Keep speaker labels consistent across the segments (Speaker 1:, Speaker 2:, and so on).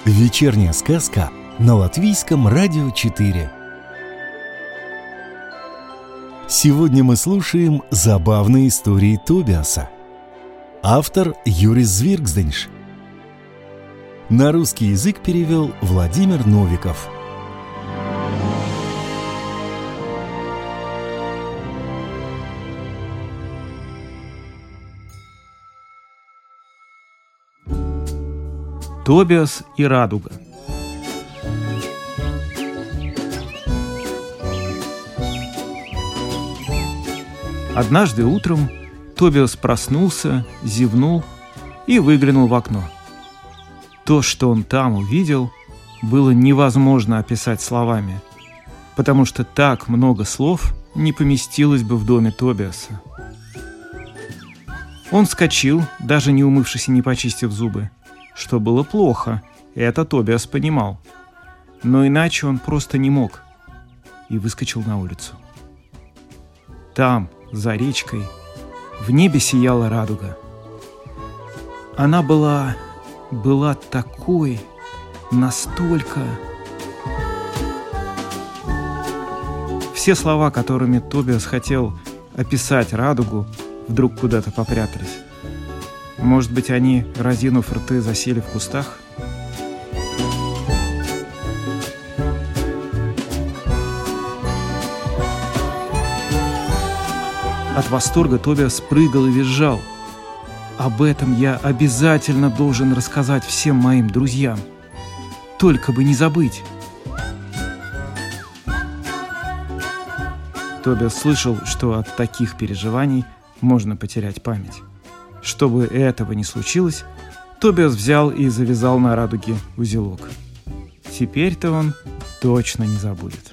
Speaker 1: Вечерняя сказка на Латвийском радио 4. Сегодня мы слушаем забавные истории Тобиаса. Автор Юрис Звиргзденьш. На русский язык перевел Владимир Новиков.
Speaker 2: Тобиас и радуга. Однажды утром Тобиас проснулся, зевнул и выглянул в окно. То, что он там увидел, было невозможно описать словами, потому что так много слов не поместилось бы в доме Тобиаса. Он вскочил, даже не умывшись и не почистив зубы, что было плохо, это Тобиас понимал. Но иначе он просто не мог, и выскочил на улицу. Там, за речкой, в небе сияла радуга. Она была такой, настолько... Все слова, которыми Тобиас хотел описать радугу, вдруг куда-то попрятались. Может быть, они, разинув рты, засели в кустах? От восторга Тобиас прыгал и визжал. Об этом я обязательно должен рассказать всем моим друзьям. Только бы не забыть. Тобиас слышал, что от таких переживаний можно потерять память. Чтобы этого не случилось, Тобиас взял и завязал на радуге узелок. Теперь-то он точно не забудет.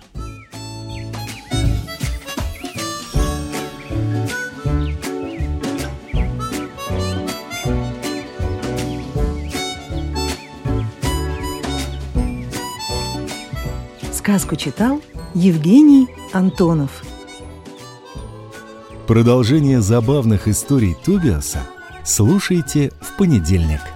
Speaker 3: Сказку читал Евгений Антонов.
Speaker 1: Продолжение забавных историй Тобиаса слушайте в понедельник.